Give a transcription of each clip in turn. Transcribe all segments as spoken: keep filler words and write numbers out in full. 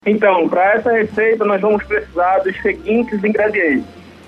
Então, para essa receita, nós vamos precisar dos seguintes ingredientes.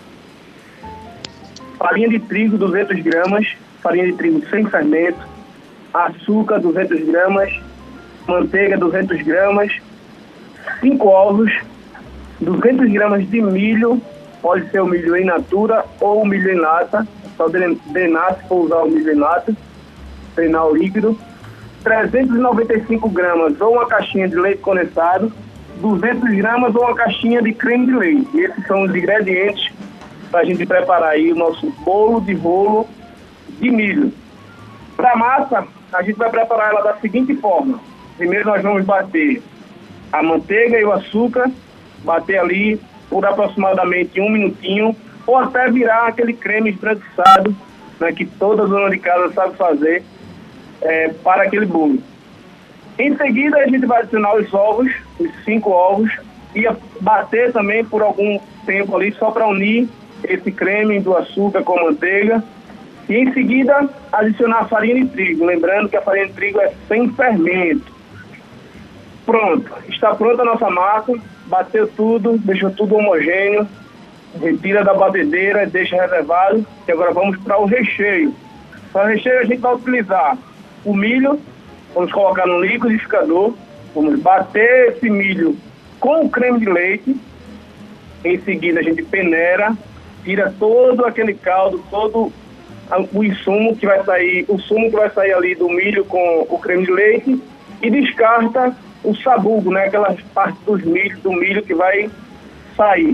Farinha de trigo, duzentas gramas, farinha de trigo sem fermento, açúcar, duzentas gramas, manteiga, duzentas gramas, cinco ovos, duzentas gramas de milho, pode ser o milho in natura ou o milho em lata, só drenar se for usar o milho em lata, drenar o líquido, trezentas e noventa e cinco gramas ou uma caixinha de leite condensado, duzentas gramas ou uma caixinha de creme de leite. E esses são os ingredientes para a gente preparar aí o nosso bolo de rolo de milho. Para a massa, a gente vai preparar ela da seguinte forma. Primeiro nós vamos bater a manteiga e o açúcar, bater ali por aproximadamente um minutinho, ou até virar aquele creme esbranquiçado, né, que toda dona de casa sabe fazer, é, para aquele bolo. Em seguida, a gente vai adicionar os ovos, os cinco ovos, e bater também por algum tempo ali, só para unir esse creme do açúcar com a manteiga. E em seguida, adicionar a farinha de trigo. Lembrando que a farinha de trigo é sem fermento. Pronto, está pronta a nossa massa. Bateu tudo, deixou tudo homogêneo. Retira da batedeira, deixa reservado. E agora vamos para o recheio. Para o recheio, a gente vai utilizar o milho. Vamos colocar no liquidificador. Vamos bater esse milho com o creme de leite. Em seguida, a gente peneira. Tira todo aquele caldo, todo o insumo que vai sair, o sumo que vai sair ali do milho com o creme de leite, e descarta o sabugo, né? Aquelas partes dos milho, do milho que vai sair.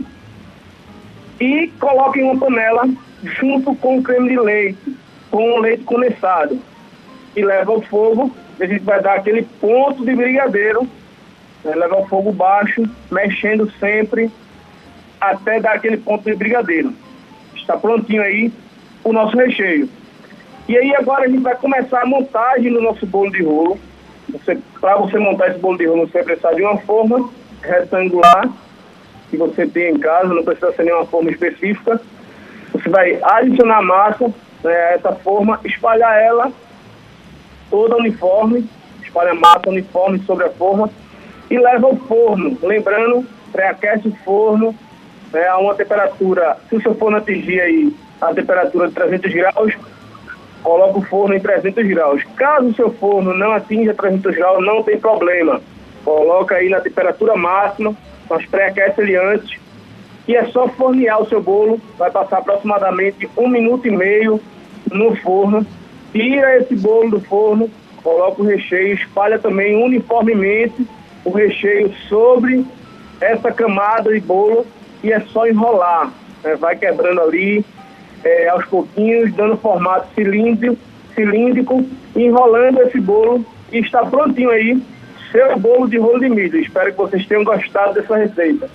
E coloca em uma panela junto com o creme de leite, com o leite condensado. E leva ao fogo, e a gente vai dar aquele ponto de brigadeiro, né? Leva ao fogo baixo, mexendo sempre, até dar aquele ponto de brigadeiro. Está prontinho aí o nosso recheio. E aí agora a gente vai começar a montagem do nosso bolo de rolo. Você, para você montar esse bolo de rolo, você vai precisar de uma forma retangular que você tem em casa, não precisa ser nenhuma forma específica. Você vai adicionar a massa, né, essa forma, espalhar ela toda uniforme, espalha a massa uniforme sobre a forma e leva ao forno. Lembrando, pré-aquece o forno, né, a uma temperatura, se o seu forno atingir aí a temperatura de trezentos graus, coloca o forno em trezentos graus. Caso o seu forno não atinja trezentos graus, não tem problema. Coloca aí na temperatura máxima, mas pré-aquece ele antes. E é só fornear o seu bolo, vai passar aproximadamente um minuto e meio no forno. Tira esse bolo do forno, coloca o recheio, espalha também uniformemente o recheio sobre essa camada de bolo e é só enrolar, né? Vai quebrando ali é, aos pouquinhos, dando formato cilíndrico, cilíndrico, enrolando esse bolo e está prontinho aí seu bolo de rolo de milho. Espero que vocês tenham gostado dessa receita.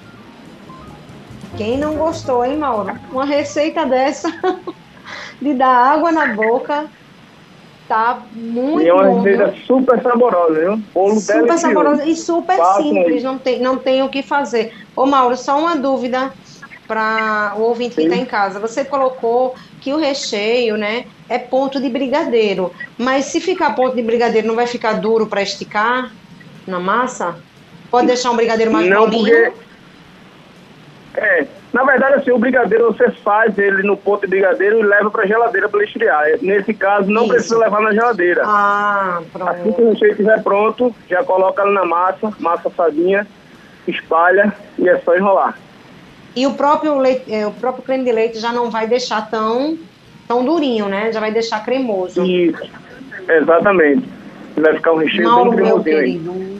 Quem não gostou, hein, Mauro? Uma receita dessa de dar água na boca, tá muito e é uma bom, receita viu? super saborosa, viu? Bolo Super delicioso. saborosa e super Façam simples, aí. não tem, não tem o que fazer. Ô, Mauro, só uma dúvida para o ouvinte que está em casa. Você colocou que o recheio, né, é ponto de brigadeiro, mas se ficar ponto de brigadeiro, não vai ficar duro para esticar na massa? Pode deixar um brigadeiro mais Não, molinho? porque... É, na verdade, assim, o brigadeiro você faz ele no ponto de brigadeiro e leva para a geladeira para ele esfriar. Nesse caso, não Isso. precisa levar na geladeira. Ah, Assim que pronto. o recheio estiver pronto, já coloca ele na massa, massa assadinha, espalha e é só enrolar. E o próprio, leite, eh, o próprio creme de leite já não vai deixar tão, tão durinho, né? Já vai deixar cremoso. Isso, exatamente. Vai ficar um recheio Mauro, bem meu cremosinho aí. querido,